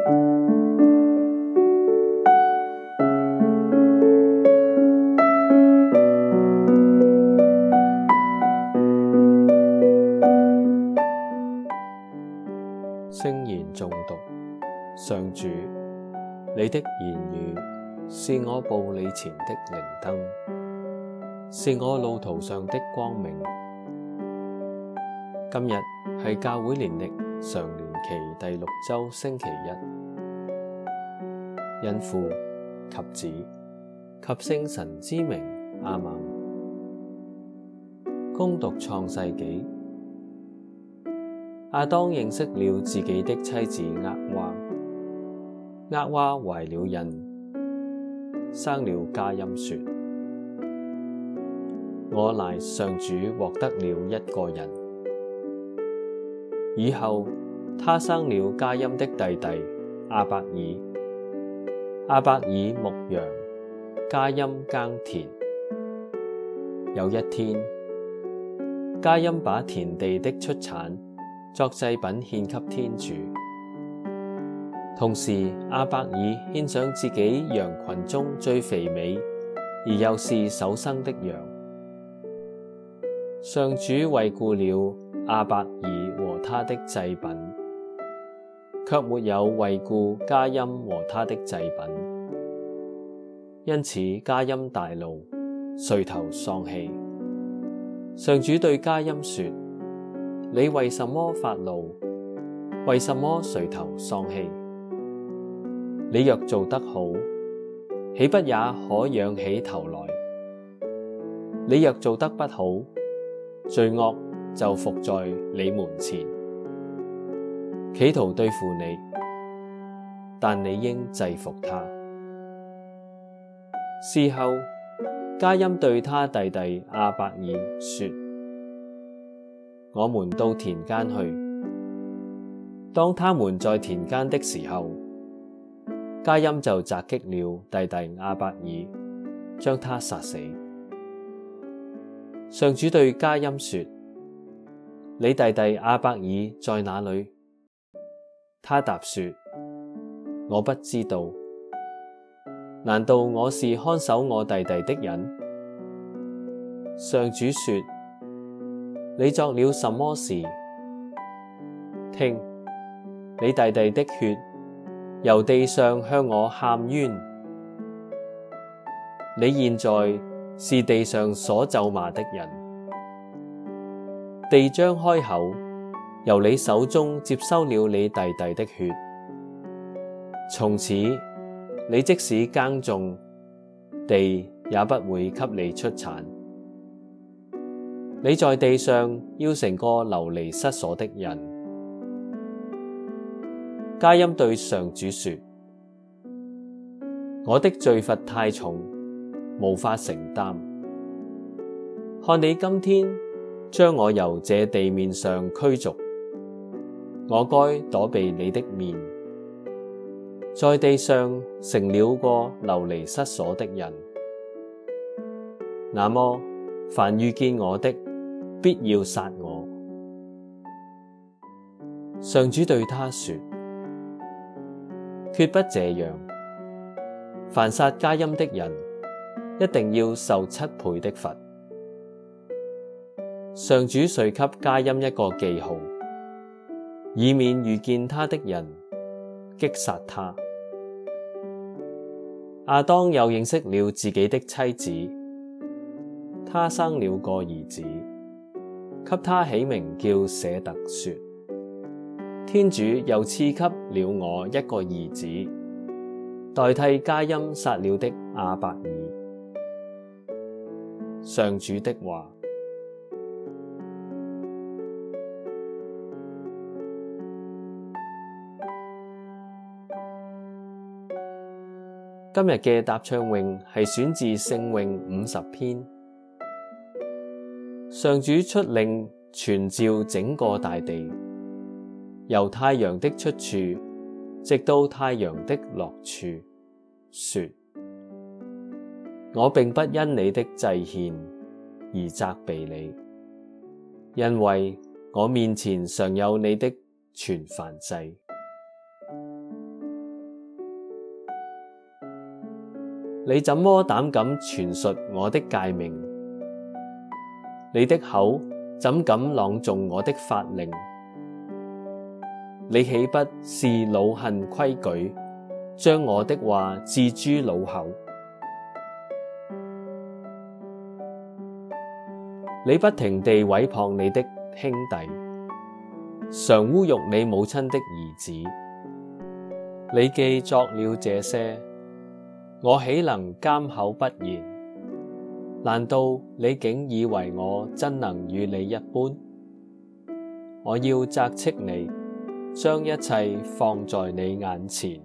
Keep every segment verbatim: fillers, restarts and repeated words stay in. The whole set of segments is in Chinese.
聖言誦讀。上主，你的言語是我步履前的靈燈，是我路途上的光明。今日係教會年曆常年期第六周星期一，因父及子及聖神之名，阿們。恭讀創世紀。亞當認識了自己的妻子厄娃，厄娃懷了孕，生了加音說：我賴上主獲得了一個人。以後他生了加音的弟弟亞伯爾，亞伯爾牧羊，加音耕田。有一天，加音把田地的出產作祭品獻給天主，同時亞伯爾獻上自己羊群中最肥美而又是首生的羊。上主惠顧了亞伯爾和他的祭品，卻沒有惠顧加音和他的祭品，因此加音大怒，垂頭喪氣。上主對加音說：你為什麼發怒？為什麼垂頭喪氣？你若做得好，豈不也可仰起頭來？你若做得不好，罪惡就伏在你門前，企圖對付你，但你應制服他。事後，加音對他弟弟亞伯爾說：我們到田間去。當他們在田間的時候，加音就襲擊了弟弟亞伯爾，將他殺死。上主對加音說：你弟弟亞伯爾在哪裏？他答說：我不知道。難道我是看守我弟弟的人？上主說：你作了什麼事？聽，你弟弟的血由地上向我喊冤。你現在是地上所咒罵的人。地張開口，由你手中接收了你弟弟的血。從此，你即使耕種，地也不會給你出產。你在地上要成個流離失所的人。加音對上主說：我的罪罰太重，無法承擔。看你今天將我由這地面上驅逐，我該躲避你的面，在地上成了個流離失所的人。那麼，凡遇見我的，必要殺我。上主對他說：決不這樣，凡殺加音的人，一定要受七倍的罰。上主遂給加音一個記號，以免遇見他的人擊殺他。亞當又認識了自己的妻子，他生了個兒子，給他起名叫舍特，說：天主又賜給了我一個兒子，代替加音殺了的亞伯爾。上主的話。今日嘅答唱詠係選自聖詠五十篇。上主出令傳召整個大地，由太陽的出處直到太陽的落處，說：我並不因你的祭獻而責備你，因為我面前常有你的全燔祭。 你怎麼膽敢傳述我的誡命？你的口怎敢朗誦我的法令？你豈不是惱恨規矩，將我的話置諸腦後？你不停地毀謗你的兄弟，常侮辱你母親的兒子。你既作了這些，我豈能緘口不言？難道你竟以為我真能與你一般？我要責斥你，將一切放在你眼前。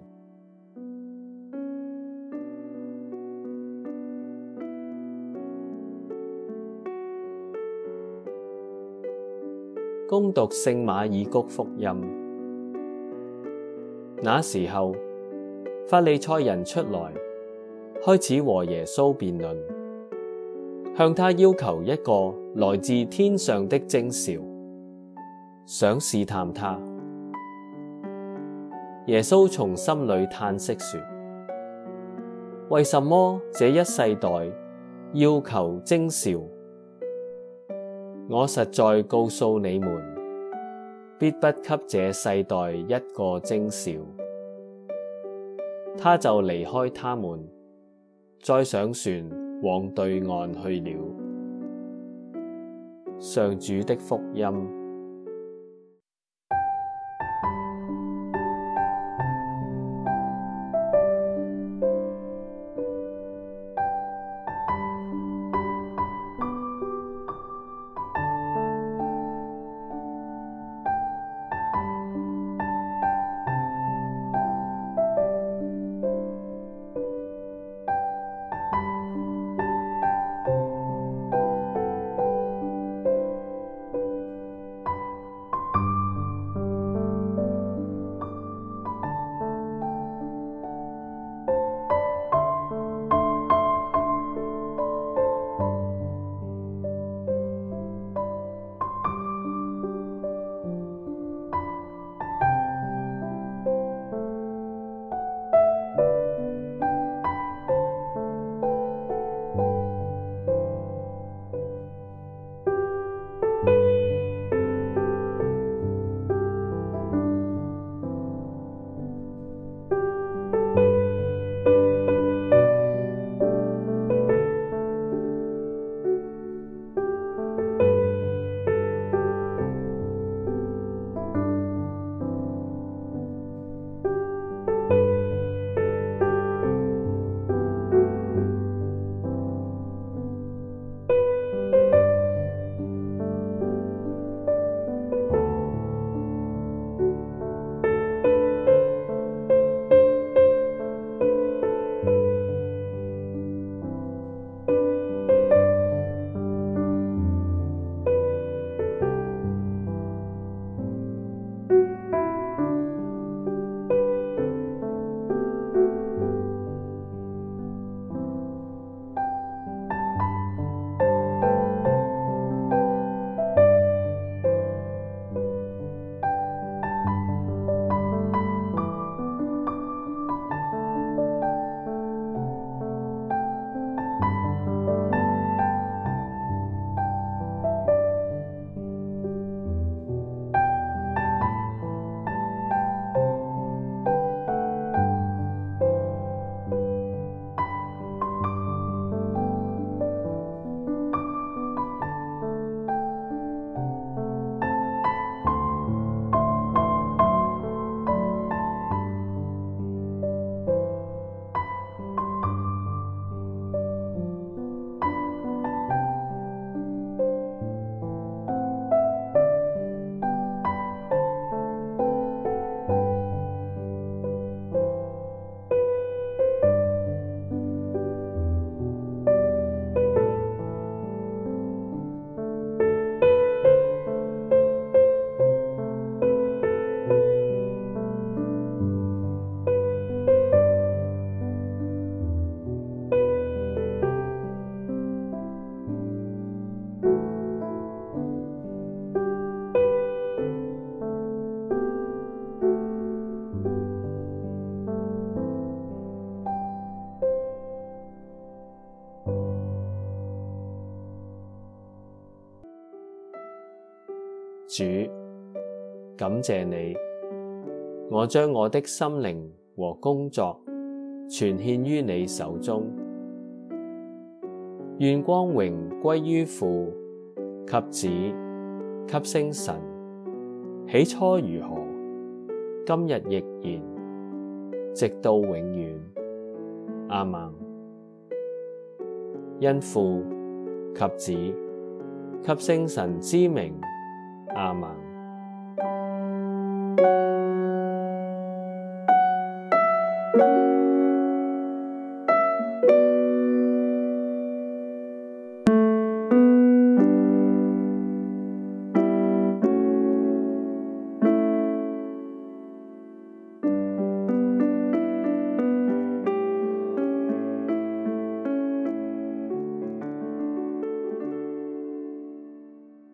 恭讀聖馬爾谷福音。那時候，法利賽人出來，開始和耶穌辯論，向他要求一個來自天上的徵兆，想試探他。耶穌從心裏嘆息說：為什麼這一世代要求徵兆？我實在告訴你們，必不給這世代一個徵兆。他就離開他們，再上船往對岸去了。上主的福音。 主，感謝你，我將我的心靈和工作全獻於你手中。願光榮歸於父及子及聖神，起初如何，今日亦然，直到永遠。阿們。因父及子及聖神之名。阿們。